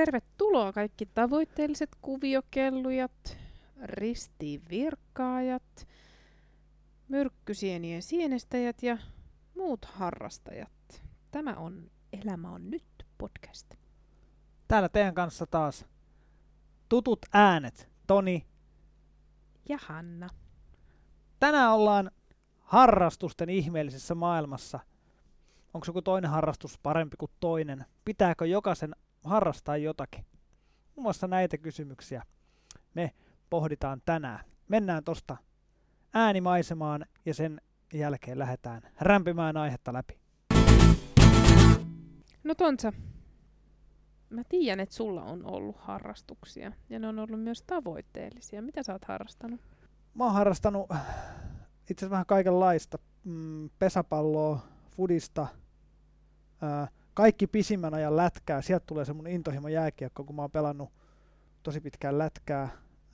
tervetuloa kaikki tavoitteelliset kuviokellujat, ristiinvirkkaajat, myrkkysienien sienestäjät ja muut harrastajat. Tämä on Elämä on nyt podcast. Täällä teidän kanssa taas tutut äänet, Toni Ja Hanna. Tänään ollaan harrastusten ihmeellisessä maailmassa. Onko joku toinen harrastus parempi kuin toinen? Pitääkö jokaisen harrastaa jotakin? Muun muassa näitä kysymyksiä me pohditaan tänään. Mennään tosta äänimaisemaan ja sen jälkeen lähdetään rämpimään aihetta läpi. No Tontsa, mä tiedän, että sulla on ollut harrastuksia ja ne on ollut myös tavoitteellisia. Mitä sä oot harrastanut? Mä oon harrastanut itse asiassa vähän kaikenlaista. Pesäpalloa, fudista, kaikki pisimmän ajan lätkää. Sieltä tulee se mun intohimo jääkiekko, kun mä oon pelannut tosi pitkään lätkää.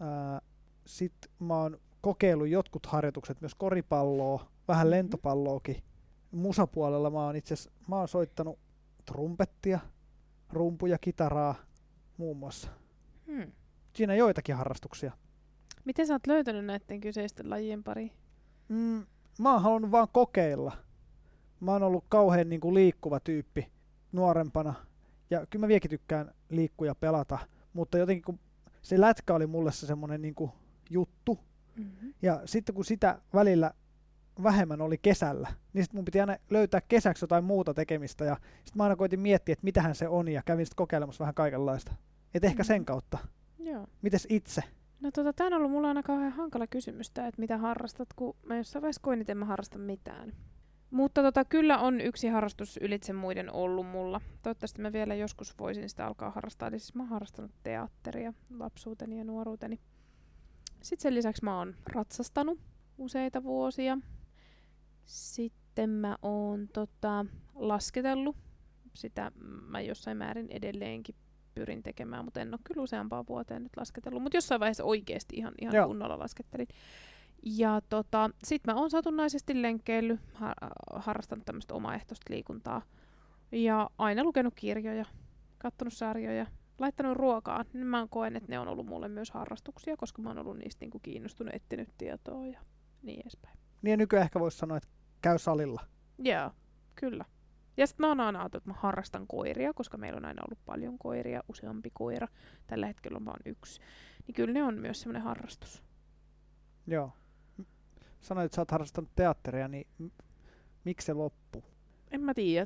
Sitten mä oon kokeillut jotkut harjoitukset, myös koripalloa, vähän lentopalloakin. Musapuolella mä oon soittanut trumpettia, rumpuja, kitaraa muun muassa. Siinä joitakin harrastuksia. Miten sä oot löytänyt näiden kyseisten lajien pariin? Mä oon halunnut vaan kokeilla. Mä oon ollut kauhean liikkuva tyyppi nuorempana. Ja kyllä mä vieläkin tykkään liikkua ja pelata. Mutta jotenkin kun se lätkä oli mulle se semmonen juttu. Ja sitten kun sitä välillä vähemmän oli kesällä, niin sitten mun piti aina löytää kesäksi jotain muuta tekemistä. Ja sitten mä aina koitin miettiä, että mitähän se on. Ja kävin sitten kokeilemassa vähän kaikenlaista. Et ehkä sen kautta. Joo. Mites itse? No tää on ollut mulla aina kauhean hankala kysymys tää, että mitä harrastat, kun mä jossain vaiheessa koin, että en mä harrasta mitään. Mutta kyllä on yksi harrastus ylitse muiden ollut mulla. Toivottavasti mä vielä joskus voisin sitä alkaa harrastaa. Eli siis mä oon harrastanut teatteria lapsuuteni ja nuoruuteni. Sitten sen lisäksi mä oon ratsastanut useita vuosia. Sitten mä oon lasketellut. Sitä mä jossain määrin edelleenkin pyrin tekemään, mutta en ole kyllä useampaan vuoteen nyt lasketellut. Mutta jossain vaiheessa oikeasti ihan kunnolla laskettelin. Ja sit mä oon satunnaisesti lenkkeillyt, harrastanut tämmöistä omaehtoista liikuntaa. Ja aina lukenut kirjoja, kattonut sarjoja, laittanut ruokaa. Niin mä koen, että ne on ollut mulle myös harrastuksia, koska mä oon ollut niistä kiinnostunut, etsinyt tietoa ja niin edespäin. Niin ja nykyään ehkä voisi sanoa, että käy salilla. Joo, kyllä. Ja sitten mä oon aina ajatellut, että mä harrastan koiria, koska meillä on aina ollut paljon koiria, useampi koira. Tällä hetkellä on vaan yksi. Niin kyllä ne on myös semmoinen harrastus. Joo. Sanoit, että sä oot harrastanut teatteria, niin miksi se loppui? En mä tiedä.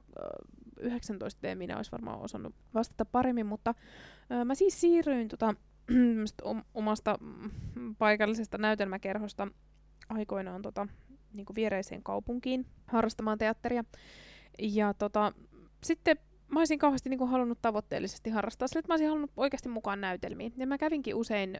19 minä olisi varmaan osannut vastata paremmin, mutta mä siis siirryin omasta paikallisesta näytelmäkerhosta aikoinaan viereiseen kaupunkiin harrastamaan teatteria. Ja sitten mä olisin kauheasti halunnut tavoitteellisesti harrastaa sillä, että mä olisin halunnut oikeasti mukaan näytelmiin. Ja mä kävinkin usein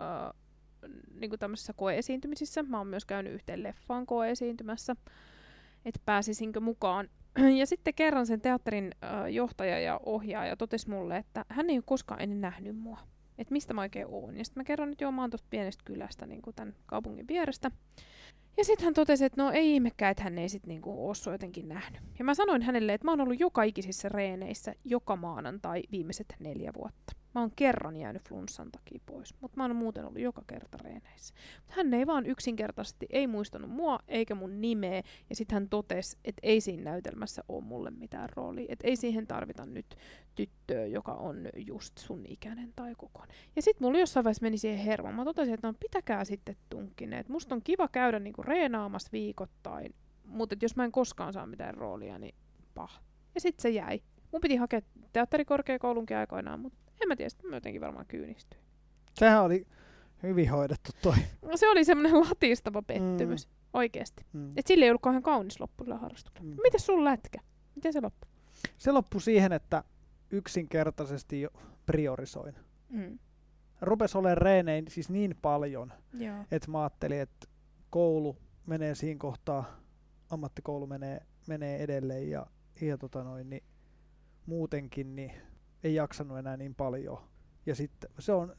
tämmöisissä koeesiintymisissä. Mä oon myös käynyt yhteen leffaan koeesiintymässä, että pääsisinkö mukaan. Ja sitten kerran sen teatterin johtaja ja ohjaaja totesi mulle, että hän ei ole koskaan ennen nähnyt mua. Että mistä mä oikein oon. Ja sitten mä kerron, että joo, mä oon tosta pienestä kylästä tämän kaupungin vierestä. Ja sitten hän totesi, että no ei ihmekään, että hän ei sitten ole sua jotenkin nähnyt. Ja mä sanoin hänelle, että mä oon ollut joka ikisissä reeneissä joka maanantai viimeiset 4 vuotta. Mä oon kerran jäänyt flunssan takia pois, mutta mä oon muuten ollut joka kerta reeneissä. Mutta hän ei vaan yksinkertaisesti ei muistanut mua eikä mun nimeä. Ja sitten hän totesi, että ei siinä näytelmässä ole mulle mitään roolia. Että ei siihen tarvita nyt tyttöä, joka on just sun ikäinen tai kokoinen. Ja sitten mulla jossain vaiheessa meni siihen hermoon. Mä totesin, että no pitäkää sitten tunkkineet. Musta on kiva käydä reenaamassa viikoittain, mutta jos mä en koskaan saa mitään roolia, niin pah. Ja sitten se jäi. Mun piti hakea teatterikorkeakoulunkin aikoinaan, mutta en mä tiedä, sitten mä jotenkin varmaan kyynistyin. Sehän oli hyvin hoidettu toi. No, se oli semmoinen latistava pettymys, oikeesti. Et sille ei ollut kauhean kaunis loppu sillä harrastuksella. Mites sun lätkä? Miten se loppui? Se loppui siihen, että yksinkertaisesti jo priorisoin. Rupes olemaan reenein siis niin paljon, että mä ajattelin, että koulu menee siinä kohtaa, ammattikoulu menee edelleen ja niin muutenkin niin ei jaksanut enää niin paljon. Ja sitten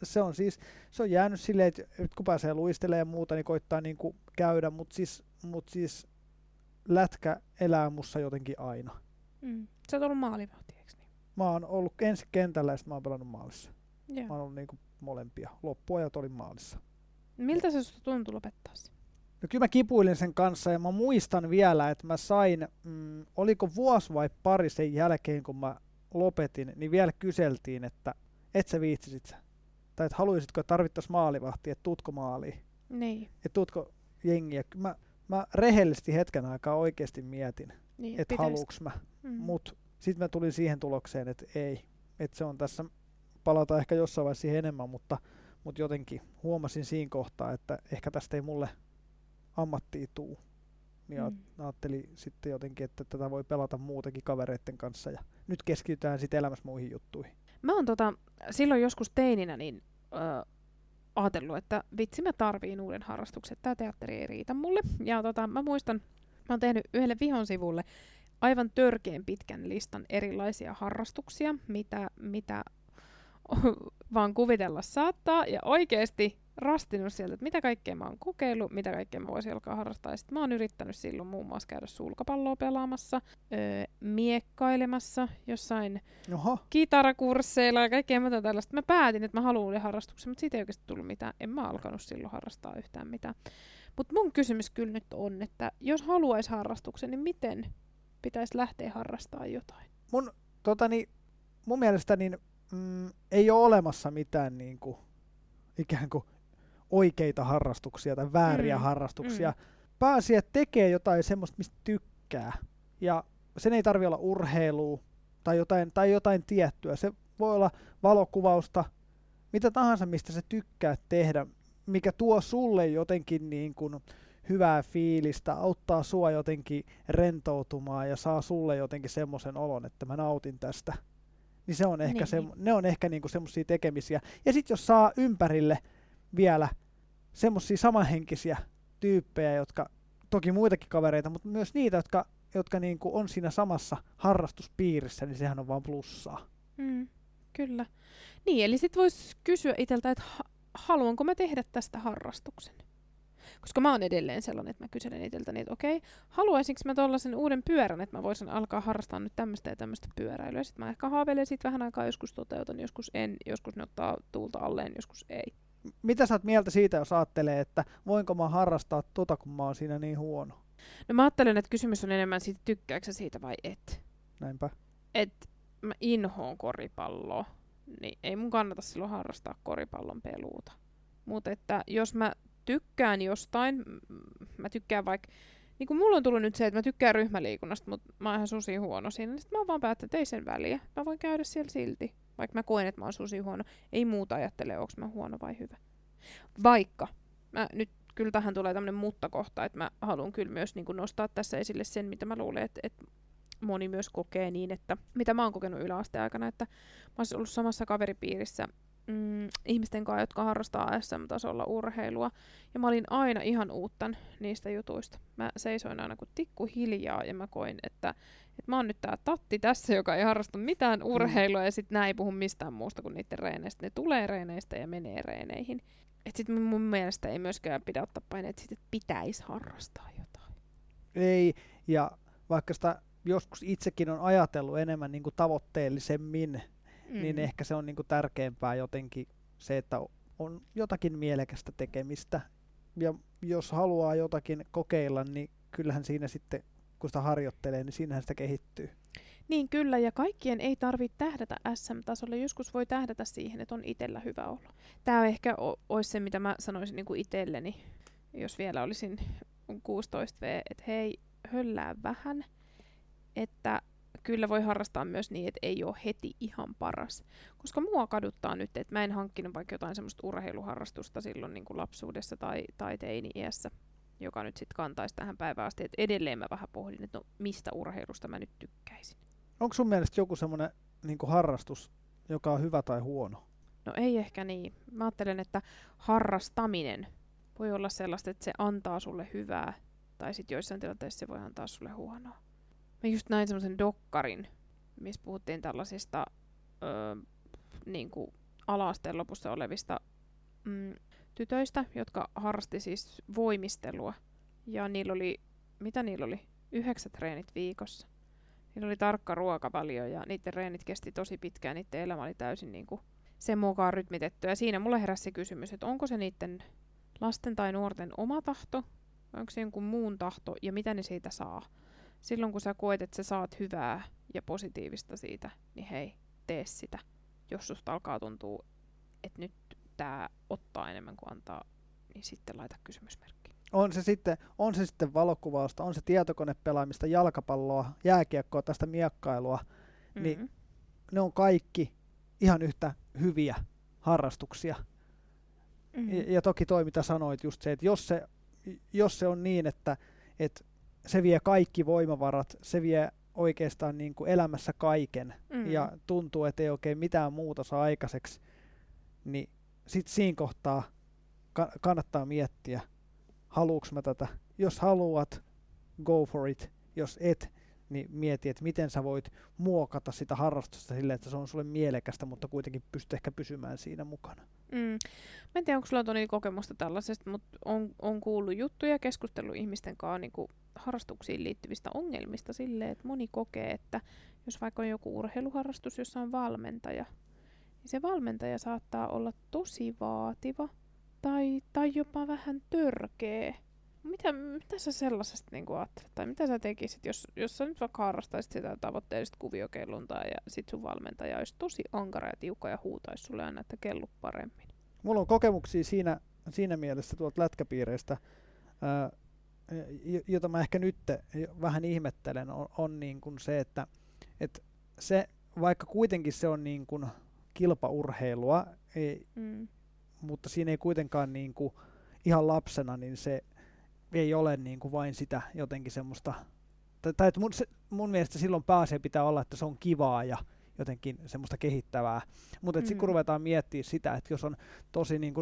se on jäänyt silleen, että kun pääsee luistelemaan ja muuta, niin koittaa käydä, mutta lätkä elää mussa jotenkin aina. Sä oot ollut maalivahti, eikö niin? Mä oon ollut ensin kentällä ja sitten mä oon pelannut maalissa. Joo. Mä oon ollut niinku molempia. Loppuajat olin maalissa. Miltä se susta tuntui lopettaa se? No kyllä mä kipuilin sen kanssa ja mä muistan vielä, että mä sain, oliko vuosi vai pari sen jälkeen kun mä lopetin, niin vielä kyseltiin, että et sä viitsisit sä. Tai että haluaisitko, että tarvittais maalivahtia, että tuutko maaliin. Niin. Että tuutko jengiä. Mä rehellisesti hetken aikaa oikeasti mietin, Niin, että haluuks mä. Mut sit mä tulin siihen tulokseen, että ei. Että se on tässä, palataan ehkä jossain vaiheessa siihen enemmän, mutta jotenkin huomasin siinä kohtaa, että ehkä tästä ei mulle ammattia tuu. Niin ajattelin sitten jotenkin, että tätä voi pelata muutenkin kavereiden kanssa ja nyt keskitytään sitten elämässä muihin juttuihin. Mä oon silloin joskus teininä niin ajatellut, että vitsi mä tarviin uuden harrastuksen, tää teatteri ei riitä mulle. Ja mä muistan, mä oon tehnyt yhdelle vihon sivulle aivan törkeän pitkän listan erilaisia harrastuksia, mitä vaan kuvitella saattaa, ja oikeesti rastinut sieltä, että mitä kaikkea mä oon kokeillut, mitä kaikkea mä voisin alkaa harrastaa. Ja sit mä oon yrittänyt silloin muun muassa käydä sulkapalloa pelaamassa, miekkailemassa, jossain kitarakursseilla ja kaikkea muuta tällaista. Mä päätin, että mä haluan uuden harrastuksen, mutta siitä ei oikeasti tullut mitään. En mä alkanut silloin harrastaa yhtään mitään. Mutta mun kysymys kyllä nyt on, että jos haluaisi harrastuksen, niin miten pitäisi lähteä harrastamaan jotain? Mun mielestä ei ole olemassa mitään niinku, ikään kuin oikeita harrastuksia tai vääriä harrastuksia. Pääasiat tekee jotain semmoista, mistä tykkää. Ja sen ei tarvitse olla urheilua tai jotain tiettyä. Se voi olla valokuvausta, mitä tahansa, mistä sä tykkäät tehdä, mikä tuo sulle jotenkin niin kuin hyvää fiilistä, auttaa sua jotenkin rentoutumaan ja saa sulle jotenkin semmoisen olon, että mä nautin tästä. Niin se on ehkä ne on ehkä niinku semmosia tekemisiä. Ja sit jos saa ympärille vielä semmosia samanhenkisiä tyyppejä, jotka, toki muitakin kavereita, mutta myös niitä, jotka niinku on siinä samassa harrastuspiirissä, niin sehän on vaan plussaa. Kyllä. Niin, eli sit vois kysyä itseltä, että haluanko mä tehdä tästä harrastuksen? Koska mä oon edelleen sellainen, että mä kyselen itseltäni, että okei, haluaisinko mä tollasen uuden pyörän, että mä voisin alkaa harrastaa nyt tämmöistä ja tämmöistä pyöräilyä. Sitten mä ehkä haaveilen siitä vähän aikaa, joskus toteutan, joskus en, joskus ne ottaa tuulta alleen, joskus ei. Mitä sä oot mieltä siitä, jos ajattelee, että voinko mä harrastaa kun mä oon siinä niin huono? No mä ajattelen, että kysymys on enemmän siitä, tykkääksä siitä vai et. Näinpä. Et mä inhoon koripalloa, niin ei mun kannata silloin harrastaa koripallon peluuta. Mutta että jos mä tykkään jostain, mä tykkään vaikka, niin kuin mulla on tullut nyt se, että mä tykkään ryhmäliikunnasta, mutta mä oon ihan susi huono siinä, niin sit mä oon vaan päättänyt, että ei sen väliä. Mä voin käydä siellä silti, vaikka mä koen, että mä oon susi huono. Ei muuta ajattele, onko mä huono vai hyvä. Vaikka, nyt kyllä tähän tulee tämmönen mutta-kohta, että mä haluan kyllä myös niin kuin nostaa tässä esille sen, mitä mä luulen, että moni myös kokee niin, että mitä mä oon kokenut yläasteen aikana, että mä oon ollut samassa kaveripiirissä ihmisten kanssa, jotka harrastaa SM-tasolla urheilua. Ja mä olin aina ihan uuttan niistä jutuista. Mä seisoin aina kuin tikku hiljaa ja mä koin, että mä oon nyt tää tatti tässä, joka ei harrasta mitään urheilua ja sit nää ei puhu mistään muusta kuin niiden reeneistä. Ne tulee reeneistä ja menee reeneihin. Et sit mun mielestä ei myöskään pidä ottaa paineet siitä, että pitäisi harrastaa jotain. Ei, ja vaikka sitä joskus itsekin on ajatellut enemmän niin kuin tavoitteellisemmin, niin ehkä se on niinku tärkeämpää jotenkin se, että on jotakin mielekästä tekemistä. Ja jos haluaa jotakin kokeilla, niin kyllähän siinä sitten, kun sitä harjoittelee, niin siinähän sitä kehittyy. Niin kyllä, ja kaikkien ei tarvitse tähdätä SM-tasolle. Joskus voi tähdätä siihen, että on itsellä hyvä olo. Tämä ehkä olisi se, mitä mä sanoisin niinku itselleni, jos vielä olisin 16V, että hei, höllää vähän, että kyllä voi harrastaa myös niin, että ei ole heti ihan paras. Koska mua kaduttaa nyt, että mä en hankkinut vaikka jotain semmoista urheiluharrastusta silloin niin kuin lapsuudessa tai teini-iässä, joka nyt sitten kantaisi tähän päivään asti. Et edelleen mä vähän pohdin, että no mistä urheilusta mä nyt tykkäisin. Onko sun mielestä joku semmoinen niin kuin harrastus, joka on hyvä tai huono? No ei ehkä niin. Mä ajattelen, että harrastaminen voi olla sellaista, että se antaa sulle hyvää, tai sitten joissain tilanteissa se voi antaa sulle huonoa. Mä just näin semmoisen dokkarin, missä puhuttiin tällaisista niin kuin ala-asteen lopussa olevista tytöistä, jotka harrasti siis voimistelua. Ja niillä oli, mitä niillä oli? 9 treenit viikossa. Niillä oli tarkka ruokavalio ja niiden reenit kesti tosi pitkään. Niiden elämä oli täysin niinku sen mukaan rytmitetty. Ja siinä mulle heräsi se kysymys, että onko se niiden lasten tai nuorten oma tahto, vai onko se jonkun muun tahto ja mitä ne siitä saa. Silloin kun sä koet, että sä saat hyvää ja positiivista siitä, niin hei, tee sitä. Jos susta alkaa tuntua, että nyt tää ottaa enemmän kuin antaa, niin sitten laita kysymysmerkki. On se sitten valokuvausta, on se tietokonepelaamista, jalkapalloa, jääkiekkoa, tästä miekkailua, niin ne on kaikki ihan yhtä hyviä harrastuksia. Ja toki toi, mitä sanoit, just se, että jos se on niin, että se vie kaikki voimavarat, se vie oikeastaan niin kuin elämässä kaiken ja tuntuu, että ei oikein mitään muuta saa aikaiseksi, niin sitten siinä kohtaa kannattaa miettiä, haluuks mä tätä. Jos haluat, go for it. Jos et, niin mieti, että miten sä voit muokata sitä harrastusta silleen, että se on sulle mielekästä, mutta kuitenkin pystyt ehkä pysymään siinä mukana. Mä en tiedä, onko sulla Toni kokemusta tällaisesta, mutta on kuullut juttuja, keskustellut ihmisten kanssa niin kuin harrastuksiin liittyvistä ongelmista silleen, että moni kokee, että jos vaikka on joku urheiluharrastus, jossa on valmentaja, niin se valmentaja saattaa olla tosi vaativa tai jopa vähän törkeä. Mitä sä sellaisesta niin ajattelet? Tai mitä sä tekisit, jos sä nyt vaikka harrastaisit sitä tavoitteellista kuviokeiluntaa ja sit sun valmentaja olisi tosi ankara ja tiukka ja huutaisi sulle aina, että kellu paremmin? Mulla on kokemuksia siinä mielessä tuolta lätkäpiireistä, jota mä ehkä nyt vähän ihmettelen, on niin kuin se, että se, vaikka kuitenkin se on niin kuin kilpaurheilua, mutta siinä ei kuitenkaan niin kuin ihan lapsena, niin se ei ole niin kuin vain sitä jotenkin semmoista, tai että mun mielestä silloin pääasia pitää olla, että se on kivaa ja jotenkin semmoista kehittävää. Mutta sitten kun ruvetaan miettimään sitä, että jos on tosi niin kuin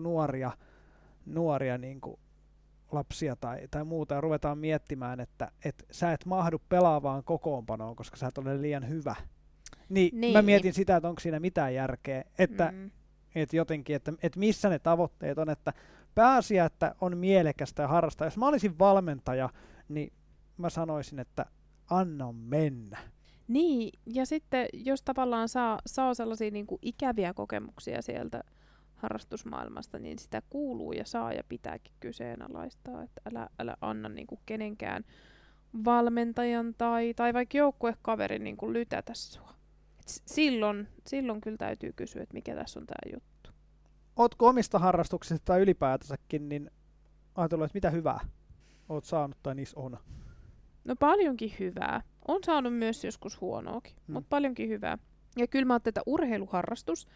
nuoria niin kuin lapsia tai muuta, ja ruvetaan miettimään, että sä et mahdu pelaavaan kokoonpanoon, koska sä et ole liian hyvä, niin mä mietin sitä, että onko siinä mitään järkeä, että jotenkin, että missä ne tavoitteet on, että pääasia, että on mielekästä ja harrastaa. Jos mä olisin valmentaja, niin mä sanoisin, että anna mennä. Niin, ja sitten jos tavallaan saa sellaisia niin kuin ikäviä kokemuksia sieltä harrastusmaailmasta, niin sitä kuuluu ja saa ja pitääkin kyseenalaistaa, että älä anna niin kuin kenenkään valmentajan tai vaikka joukkuekaverin niin kuin lytätä sua. Silloin kyllä täytyy kysyä, että mikä tässä on tämä juttu. Ootko omista harrastuksista tai ylipäätänsäkin niin ajatellut, että mitä hyvää oot saanut tai niissä on? No paljonkin hyvää. On saanut myös joskus huonoakin, mutta paljonkin hyvää. Ja kyllä mä ajattelin, että urheiluharrastus,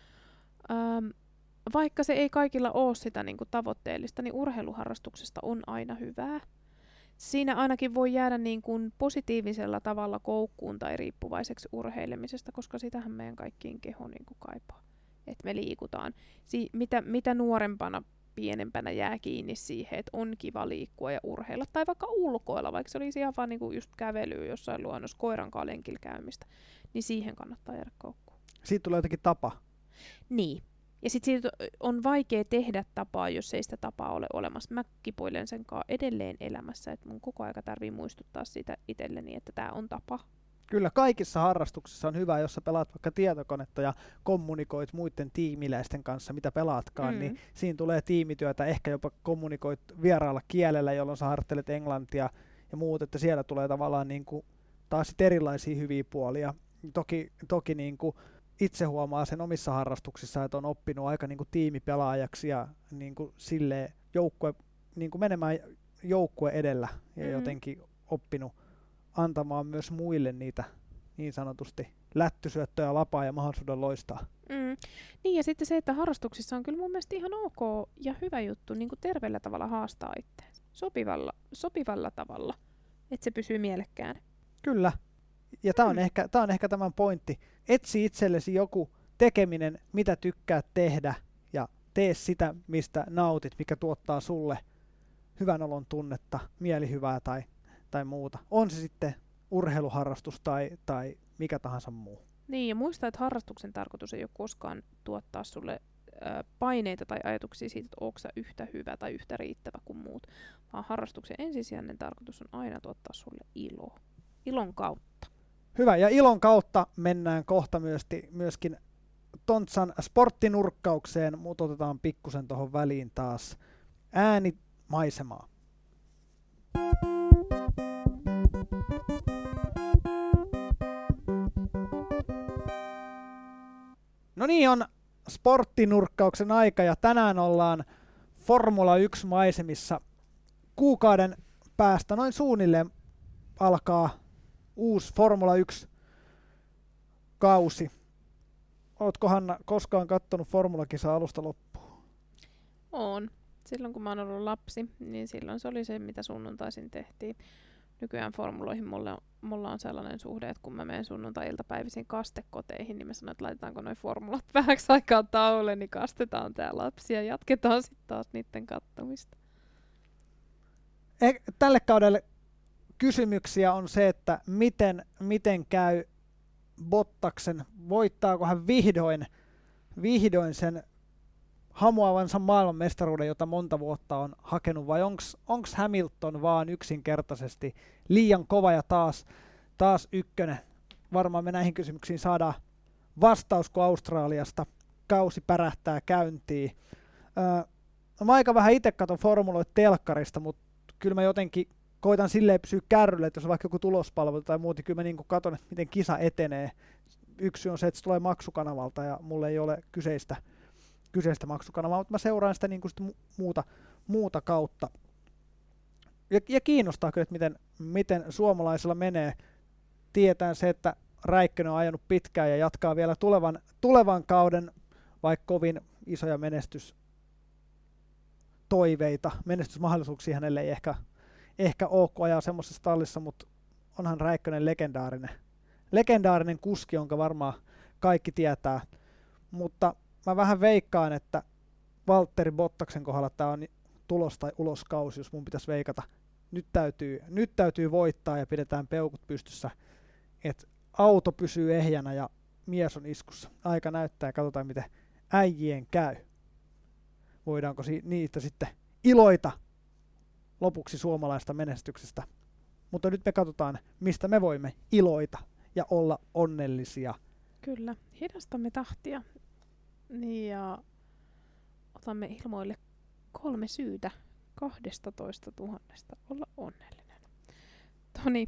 vaikka se ei kaikilla ole sitä niin kuin tavoitteellista, niin urheiluharrastuksesta on aina hyvää. Siinä ainakin voi jäädä niin kuin positiivisella tavalla koukkuun tai riippuvaiseksi urheilemisesta, koska sitähän meidän kaikkien keho niin kuin kaipaa, että me liikutaan. Mitä nuorempana, pienempänä jää kiinni siihen, että on kiva liikkua ja urheilla, tai vaikka ulkoilla, vaikka se olisi ihan vaan niin kuin just kävelyä jossain luonnossa, koirankaan lenkillä käymistä, niin siihen kannattaa jäädä koukkuun. Siitä tulee jotenkin tapa. Niin. Ja sitten siitä on vaikea tehdä tapaa, jos ei sitä tapaa ole olemassa. Mä kipuilen sen kanssa edelleen elämässä, että mun koko aika tarvii muistuttaa siitä itselleni, että tämä on tapa. Kyllä, kaikissa harrastuksissa on hyvä, jos sä pelaat vaikka tietokonetta ja kommunikoit muiden tiimiläisten kanssa, mitä pelaatkaan, niin siinä tulee tiimityötä, ehkä jopa kommunikoit vieraalla kielellä, jolloin sä harjoittelet englantia ja muut, että siellä tulee tavallaan niin kuin taas sit erilaisia hyviä puolia. Toki niin kuin itse huomaa sen omissa harrastuksissa, että on oppinut aika niin kuin tiimipelaajaksi ja niin kuin silleen niin kuin menemään joukkue edellä ja jotenkin oppinut antamaan myös muille niitä niin sanotusti lättysyöttöjä, lapaa ja mahdollisuuden loistaa. Niin ja sitten se, että harrastuksissa on kyllä mun mielestä ihan ok ja hyvä juttu niin kuin terveellä tavalla haastaa itseänsä. Sopivalla tavalla, että se pysyy mielekkäänä. Kyllä. Ja tämä on ehkä tämän pointti. Etsi itsellesi joku tekeminen, mitä tykkäät tehdä ja tee sitä, mistä nautit, mikä tuottaa sulle hyvän olon tunnetta, mielihyvää tai muuta. On se sitten urheiluharrastus tai mikä tahansa muu. Niin, ja muista, että harrastuksen tarkoitus ei ole koskaan tuottaa sulle paineita tai ajatuksia siitä, että ootko sä yhtä hyvä tai yhtä riittävä kuin muut, vaan harrastuksen ensisijainen tarkoitus on aina tuottaa sulle iloa. Ilon kautta. Hyvä, ja ilon kautta mennään kohta myöskin Tontsan sporttinurkkaukseen, mutta otetaan pikkusen tuohon väliin taas äänimaisemaa. No niin, on sporttinurkkauksen aika ja tänään ollaan Formula 1 maisemissa. Kuukauden päästä noin suunnilleen alkaa uusi Formula 1 kausi. Ootko, Hanna, koskaan katsonut formulakisaa alusta loppuun? Oon. Silloin kun mä oon ollut lapsi, niin silloin se oli se, mitä sunnuntaisin tehtiin. Nykyään formuloihin mulla on sellainen suhde, että kun mä menen sunnuntai-iltapäivisin kastekoteihin, niin mä sanon, että laitetaanko noi formulat vähäksi aikaa tauolle, niin kastetaan tää lapsi ja jatketaan sitten taas niiden kattomista. Tälle kaudelle kysymyksiä on se, että miten käy Bottaksen, voittaako hän vihdoin sen hamuavansa maailmanmestaruuden, jota monta vuotta on hakenut, vai onko Hamilton vaan yksinkertaisesti liian kova ja taas ykkönen? Varmaan me näihin kysymyksiin saadaan vastaus, kun Australiasta kausi pärähtää käyntiin. Mä aika vähän itse katon formuloita telkkarista, mutta kyllä mä jotenkin koitan silleen pysyä kärryllä, että jos on vaikka joku tulospalvelu tai muuta, kyllä mä niin katon, että miten kisa etenee. Yksi on se, että se tulee maksukanavalta ja mulla ei ole kyseistä maksukanavaa, mutta mä seuraan sitä niin kuin muuta kautta. Ja kiinnostaa kyllä, että miten suomalaisilla menee. Tietään se, että Räikkönen on ajanut pitkään ja jatkaa vielä tulevan kauden, vaikka kovin isoja menestysmahdollisuuksia hänelle ei ehkä ole, kun ajaa semmoisessa tallissa, mutta onhan Räikkönen legendaarinen kuski, jonka varmaan kaikki tietää. Mutta mä vähän veikkaan, että Valtteri Bottaksen kohdalla tämä on tulos- tai uloskausi, jos mun pitäisi veikata. Nyt täytyy voittaa ja pidetään peukut pystyssä, että auto pysyy ehjänä ja mies on iskussa. Aika näyttää ja katsotaan, miten äijien käy. Voidaanko niitä sitten iloita lopuksi suomalaista menestyksestä. Mutta nyt me katsotaan, mistä me voimme iloita ja olla onnellisia. Kyllä, hidastamme tahtia ja otamme ilmoille 3 syytä 12 000 olla onnellinen. Toni,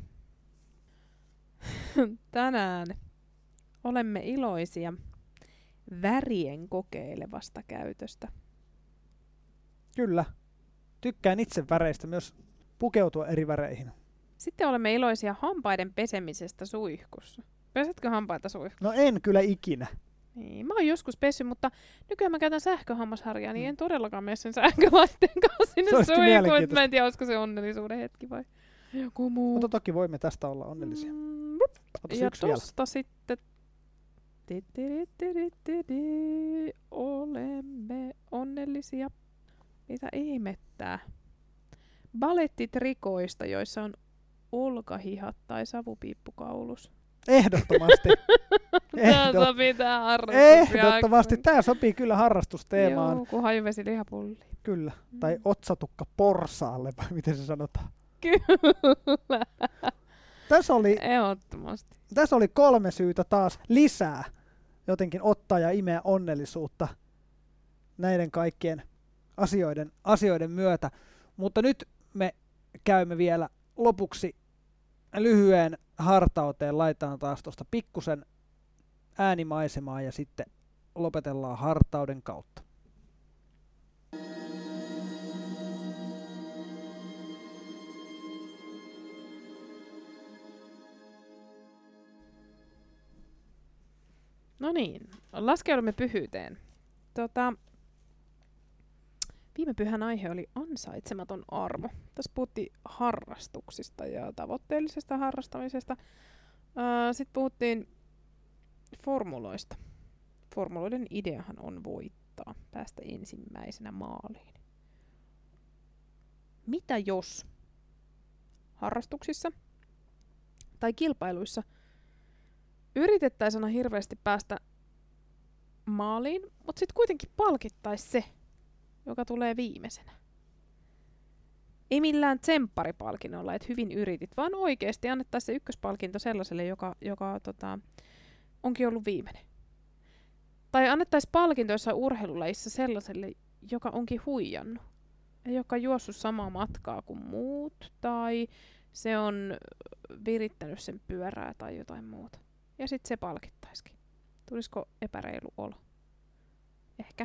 tänään olemme iloisia värien kokeilevasta käytöstä. Kyllä. Tykkään itse väreistä, myös pukeutua eri väreihin. Sitten olemme iloisia hampaiden pesemisestä suihkussa. Pesetkö hampaita suihkussa? No en kyllä ikinä. Niin, mä oon joskus pessy, mutta nykyään mä käytän sähköhammasharjaa, niin en todellakaan mene sen sähkölaitteen kanssa sinne suihkuun. Mä en tiedä, olisiko se onnellisuuden hetki vai joku muu. Mutta toki voimme tästä olla onnellisia. Ja tosta sitten olemme onnellisia. Mitä ihmettää? Balettitrikoista, joissa on olkahihat tai savupiippukaulus. Ehdottomasti. Tämä sopii tähän harrastusjaksoon. Ehdottomasti. Tämä sopii kyllä harrastusteemaan. Joo, kun hajuvesi lihapulli. Kyllä. Tai otsatukka porsaalle, vai miten se sanotaan? Kyllä. Ehdottomasti. Tässä oli 3 syytä taas lisää jotenkin ottaa ja imeä onnellisuutta näiden kaikkien asioiden myötä. Mutta nyt me käymme vielä lopuksi lyhyen hartauteen, laitetaan taas tuosta pikkusen äänimaisemaa ja sitten lopetellaan hartauden kautta. No niin, laskeudumme pyhyyteen. Viime pyhän aihe oli ansaitsematon armo. Tässä puhuttiin harrastuksista ja tavoitteellisesta harrastamisesta. Sitten puhuttiin formuloista. Formuloiden ideahan on voittaa, päästä ensimmäisenä maaliin. Mitä jos harrastuksissa tai kilpailuissa yritettäisiin aina hirveästi päästä maaliin, mutta sitten kuitenkin palkittaisi se, joka tulee viimeisenä. Ei millään tsempparipalkinnolla, että hyvin yritit, vaan oikeasti annettaisiin se ykköspalkinto sellaiselle, joka onkin ollut viimeinen. Tai annettaisiin palkinto jossain urheilulajissa sellaiselle, joka onkin huijannut. Ja joka on juossut samaa matkaa kuin muut, tai se on virittänyt sen pyörää tai jotain muuta. Ja sitten se palkittaisikin. Tulisiko epäreilu olo? Ehkä.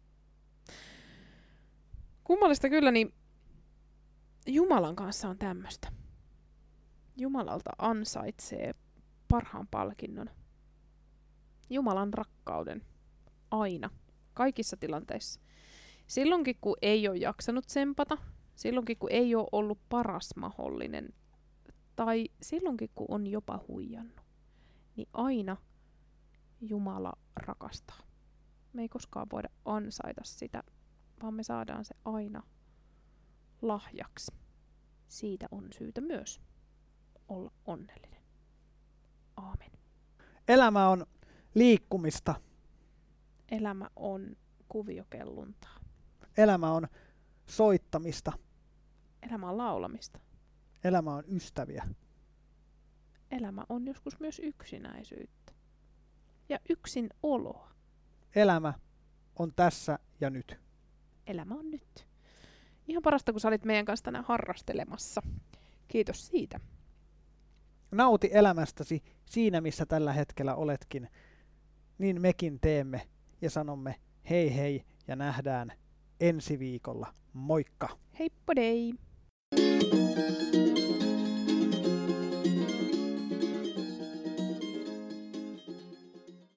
Kummallista kyllä, niin Jumalan kanssa on tämmöistä. Jumalalta ansaitsee parhaan palkinnon. Jumalan rakkauden. Aina. Kaikissa tilanteissa. Silloinkin, kun ei ole jaksanut tsempata. Silloinkin, kun ei ole ollut paras mahdollinen. Tai silloinkin, kun on jopa huijannut. Niin aina Jumala rakastaa. Me ei koskaan voida ansaita sitä, vaan me saadaan se aina lahjaksi. Siitä on syytä myös olla onnellinen. Aamen. Elämä on liikkumista. Elämä on kuviokelluntaa. Elämä on soittamista. Elämä on laulamista. Elämä on ystäviä. Elämä on joskus myös yksinäisyyttä. Ja yksin oloa. Elämä on tässä ja nyt. Elämä on nyt. Ihan parasta, kun sä olit meidän kanssa tänään harrastelemassa. Kiitos siitä. Nauti elämästäsi siinä, missä tällä hetkellä oletkin. Niin mekin teemme ja sanomme hei hei ja nähdään ensi viikolla. Moikka! Heippa dei!